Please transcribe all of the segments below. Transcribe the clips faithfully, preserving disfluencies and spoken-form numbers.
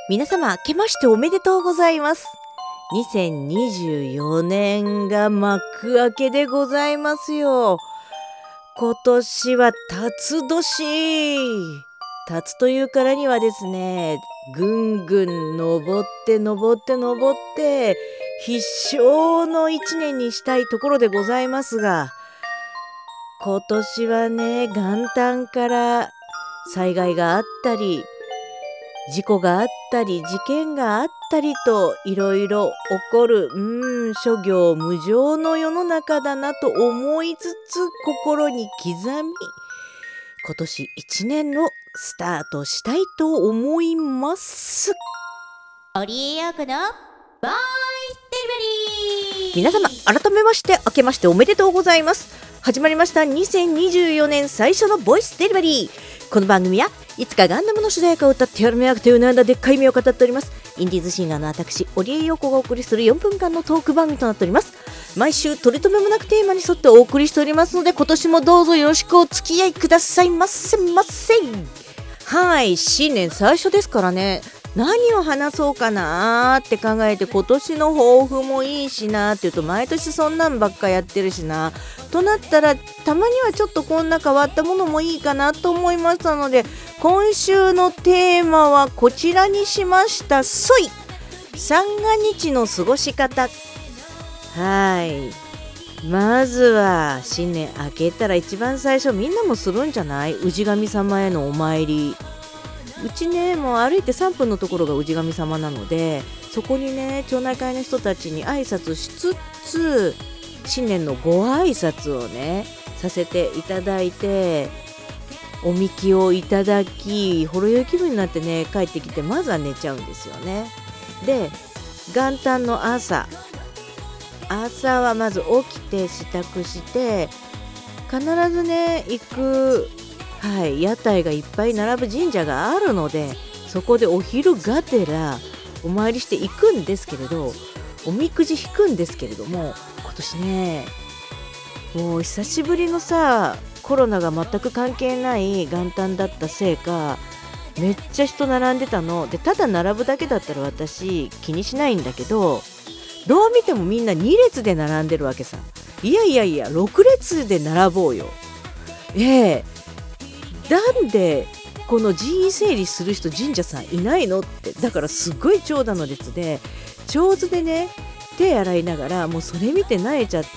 皆様明けましておめでとうございます。にせんにじゅうよねんが幕開けでございますよ。今年は辰年。辰というからにはですね、ぐんぐん登って登って登って必勝の一年にしたいところでございますが、今年はね、元旦から災害があったり事故があったり事件があったりといろいろ起こる、うーん諸行無常の世の中だなと思いつつ心に刻み、今年一年のスタートしたいと思います。 堀江陽子のボイスデリバリー。 皆様改めまして明けましておめでとうございます。始まりましたにせんにじゅうよねん最初のボイスデリバリー。この番組はいつかガンダムの主題歌を歌ってやるめなくてうなんだでっかい夢を語っておりますインディーズシンガーの私堀江陽子がお送りするよんぷんかんのトーク番組となっております。毎週取り留めもなくテーマに沿ってお送りしておりますので、今年もどうぞよろしくお付き合いくださいませませ。はい、新年最初ですからね、何を話そうかなーって考えて、今年の抱負もいいしなーっていうと毎年そんなんばっかやってるしなとなったら、たまにはちょっとこんな変わったものもいいかなと思いましたので、今週のテーマはこちらにしました。そい三が日の過ごし方。はい、まずは新年明けたら一番最初みんなもするんじゃない？氏神様へのお参り。うちね、もう歩いてさんぷんのところが氏神様なので、そこにね、町内会の人たちに挨拶しつつ新年のご挨拶をねさせていただいて、おみきをいただき、ほろ酔い気分になってね帰ってきて、まずは寝ちゃうんですよね。で、元旦の朝朝はまず起きて支度して、必ずね行く、はい、屋台がいっぱい並ぶ神社があるので、そこでお昼がてらお参りしていくんですけれど、おみくじ引くんですけれども、今年ねもう久しぶりのさ、コロナが全く関係ない元旦だったせいか、めっちゃ人並んでたので、ただ並ぶだけだったら私気にしないんだけど、どう見てもみんなに列で並んでるわけさ。いやいやいやろく列で並ぼうよ。ええなんでこの人員整理する人神社さんいないのって。だからすごい長蛇の列で、上手でね手洗いながら、もうそれ見て慣れちゃって、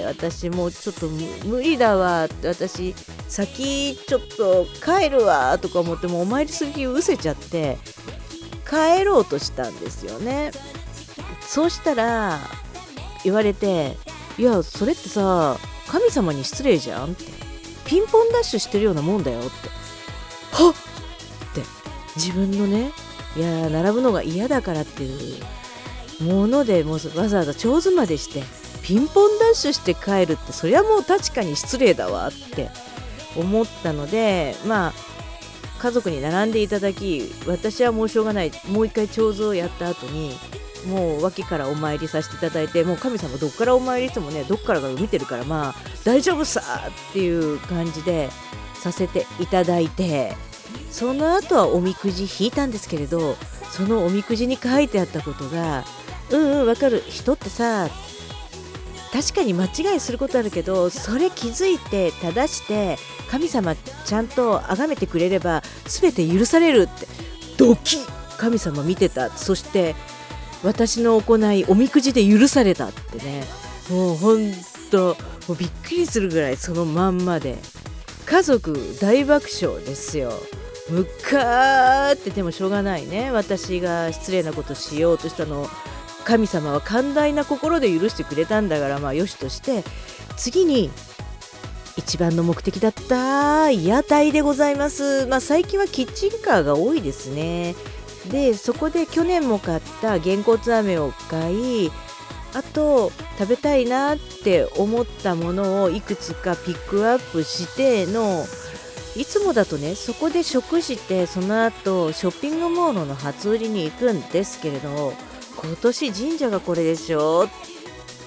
私もうちょっと無理だわって、私先ちょっと帰るわとか思って、もうお参りする気を失せちゃって帰ろうとしたんですよね。そうしたら言われて、いやそれってさ神様に失礼じゃんって、ピンポンダッシュしてるようなもんだよって。はっって自分のね、いや並ぶのが嫌だからっていうもので、もうわざわざ長妻までしてピンポンダッシュして帰るって、そりゃもう確かに失礼だわって思ったので、まあ家族に並んでいただき、私はもうしょうがない、もう一回長図をやった後にもう脇からお参りさせていただいて、もう神様どっからお参りしてもね、どっからか見てるから、まあ大丈夫さっていう感じでさせていただいて、その後はおみくじ引いたんですけれど、そのおみくじに書いてあったことが、うんうんわかる、人ってさ確かに間違いすることあるけど、それ気づいて正して神様ちゃんと崇めてくれれば全て許されるって。ドキッ、神様見てた。そして私の行いおみくじで許されたってね、もうほんともうびっくりするぐらいそのまんまで、家族大爆笑ですよ。むかーって。でもしょうがないね、私が失礼なことしようとしたのを神様は寛大な心で許してくれたんだから、まあよしとして、次に一番の目的だった屋台でございます。まあ最近はキッチンカーが多いですね。でそこで去年も買ったげんこつ飴を買い、あと食べたいなって思ったものをいくつかピックアップしての、いつもだとねそこで食してその後ショッピングモールの初売りに行くんですけれど、今年神社がこれでしょ、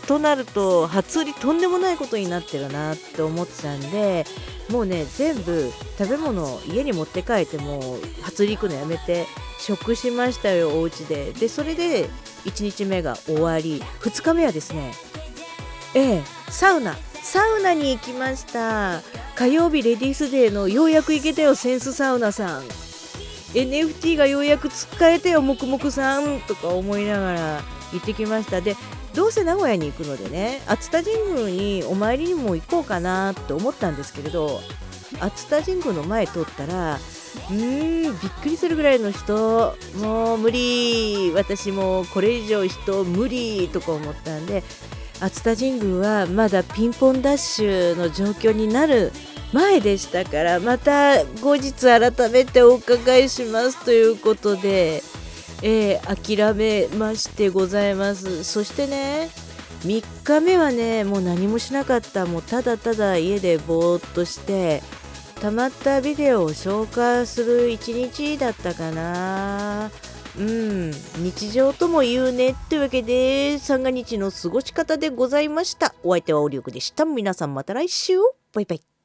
となると初売りとんでもないことになってるなって思ってたんで、もうね全部食べ物家に持って帰っても初売り行くのやめて食しましたよ、お家で。でそれでいちにちめが終わり、ふつかめはですね、ええサウナサウナに行きました。火曜日レディースデーのようやく行けたよ、センスサウナさん。 エヌエフティー がようやく使えてよ、もくもくさんとか思いながら行ってきました。でどうせ名古屋に行くのでね、熱田神宮にお参りにも行こうかなって思ったんですけれど、熱田神宮の前通ったらうーんびっくりするぐらいの人、もう無理、私もこれ以上人無理とか思ったんで、熱田神宮はまだピンポンダッシュの状況になる前でしたから、また後日改めてお伺いしますということで、えー、諦めましてございます。そしてねみっかめはねもう何もしなかった。もうただただ家でぼーっとしてたまったビデオを消化する一日だったかな。うん日常とも言うねってわけで三が日の過ごし方でございました。お相手はオリオクでした。皆さんまた来週、バイバイ。